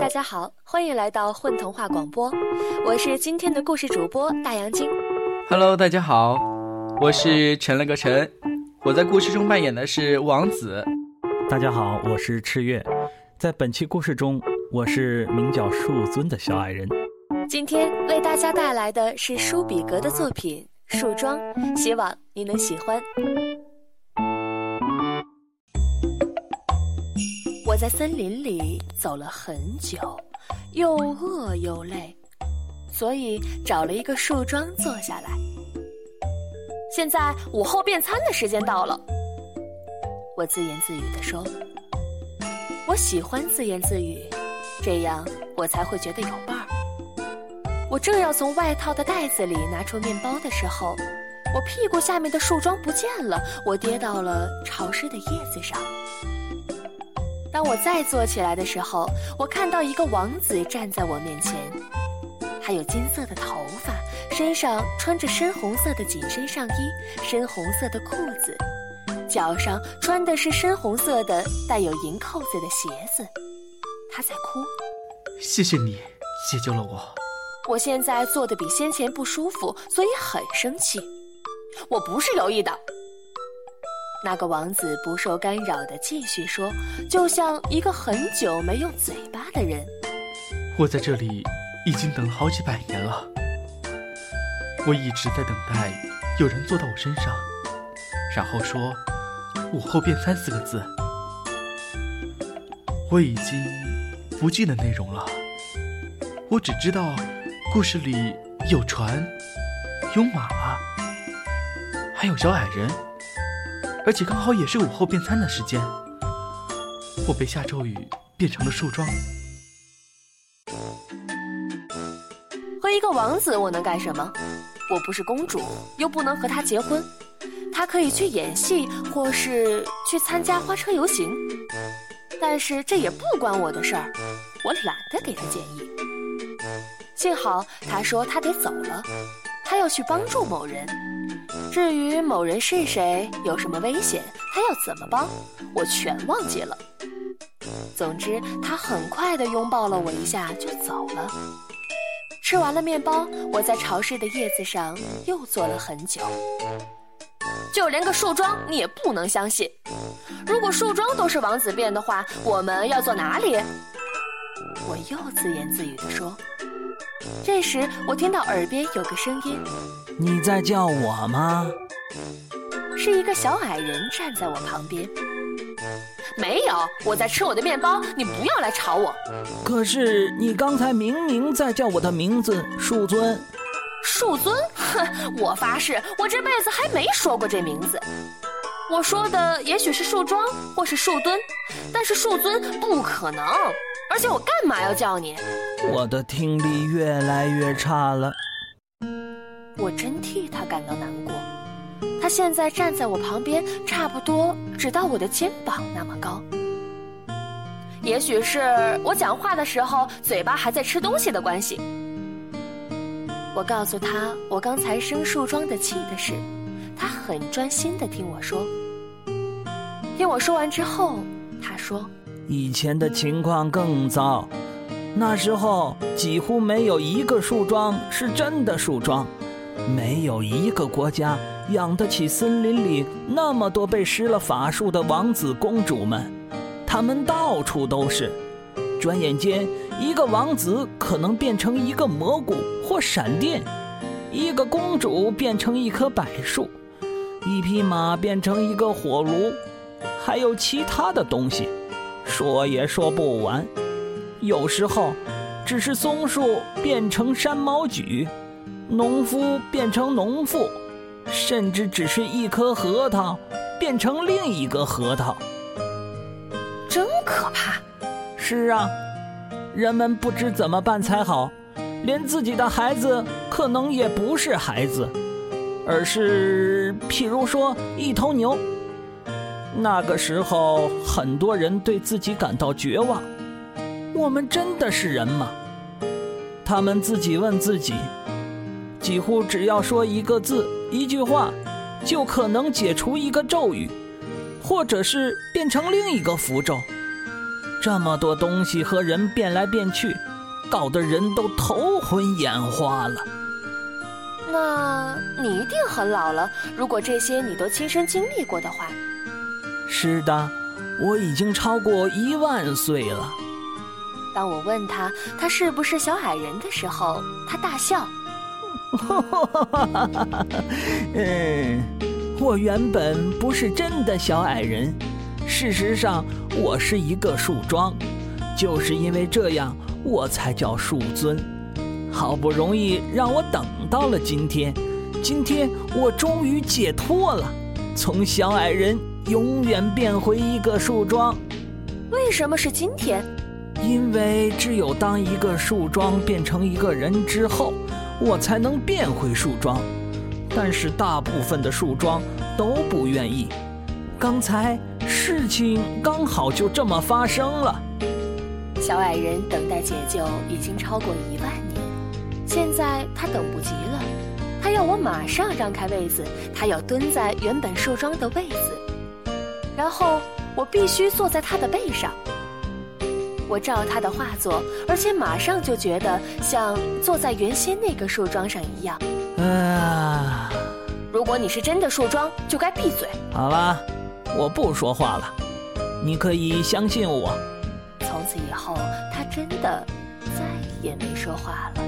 大家好，欢迎来到混童话广播，我是今天的故事主播大杨晶。 Hello， 大家好，我是陈了个陈，我在故事中扮演的是王子。 大家好，我是赤月，在本期故事中，我是名叫树尊的小矮人。 今天为大家带来的是舒比格的作品《树桩》，希望你能喜欢。我在森林里走了很久，又饿又累，所以找了一个树桩坐下来。现在午后便餐的时间到了，我自言自语地说。我喜欢自言自语，这样我才会觉得有伴儿。我正要从外套的袋子里拿出面包的时候，我屁股下面的树桩不见了，我跌到了潮湿的叶子上。当我再坐起来的时候，我看到一个王子站在我面前，他有金色的头发，身上穿着深红色的紧身上衣，深红色的裤子，脚上穿的是深红色的带有银扣子的鞋子。他在哭。 谢谢你解救了我。 我现在坐得比先前不舒服，所以很生气。我不是有意的。那个王子不受干扰地继续说，就像一个很久没用嘴巴的人。 我在这里已经等了好几百年了，我一直在等待有人坐到我身上，然后说午后便餐4个字。我已经不记得内容了，我只知道故事里有船，有马，还有小矮人，而且刚好也是午后便餐的时间。我被下咒语变成了树桩。 和一个王子我能干什么？我不是公主，又不能和他结婚。他可以去演戏，或是去参加花车游行，但是这也不关我的事儿，我懒得给他建议。幸好他说他得走了，他要去帮助某人。至于某人是谁，有什么危险，他要怎么帮，我全忘记了。总之，他很快地拥抱了我一下就走了。吃完了面包，我在潮湿的叶子上又坐了很久。就连个树桩你也不能相信。如果树桩都是王子变的话，我们要坐哪里？我又自言自语地说。这时我听到耳边有个声音。 你在叫我吗？ 是一个小矮人站在我旁边。没有，我在吃我的面包，你不要来吵我。 可是你刚才明明在叫我的名字，树尊。 树尊？哼，我发誓，我这辈子还没说过这名字。我说的也许是树桩或是树墩，但是树尊不可能。而且我干嘛要叫你？ 我的听力越来越差了。 我真替他感到难过。他现在站在我旁边，差不多只到我的肩膀那么高。也许是我讲话的时候嘴巴还在吃东西的关系。我告诉他我刚才生树桩的气的事，他很专心地听我说。听我说完之后，他说， 以前的情况更糟，那时候几乎没有一个树桩是真的树桩，没有一个国家养得起森林里那么多被施了法术的王子公主们，他们到处都是。转眼间，一个王子可能变成一个蘑菇或闪电，一个公主变成一棵柏树，一匹马变成一个火炉，还有其他的东西，说也说不完。有时候只是松树变成山毛榉，农夫变成农妇，甚至只是一颗核桃变成另一个核桃。 真可怕。 是啊，人们不知怎么办才好，连自己的孩子可能也不是孩子，而是譬如说一头牛。那个时候很多人对自己感到绝望，我们真的是人吗？他们自己问自己，几乎只要说一个字一句话，就可能解除一个咒语，或者是变成另一个符咒。 这么多东西和人变来变去，搞得人都头昏眼花了。 那你一定很老了，如果这些你都亲身经历过的话。 是的，我已经超过10000岁了。 当我问他是不是小矮人的时候，他大笑。 我原本不是真的小矮人，事实上我是一个树桩，就是因为这样我才叫树尊。好不容易让我等到了今天我终于解脱了，从小矮人永远变回一个树桩。 为什么是今天？ 因为只有当一个树桩变成一个人之后，我才能变回树桩。但是大部分的树桩都不愿意。刚才事情刚好就这么发生了。 小矮人等待解救已经超过10000年，现在他等不及了，他要我马上让开位子，他要蹲在原本树桩的位子，然后我必须坐在他的背上。我照他的话做，而且马上就觉得像坐在原先那个树桩上一样。如果你是真的树桩，就该闭嘴。 好了，我不说话了，你可以相信我。 从此以后，他真的再也没说话了。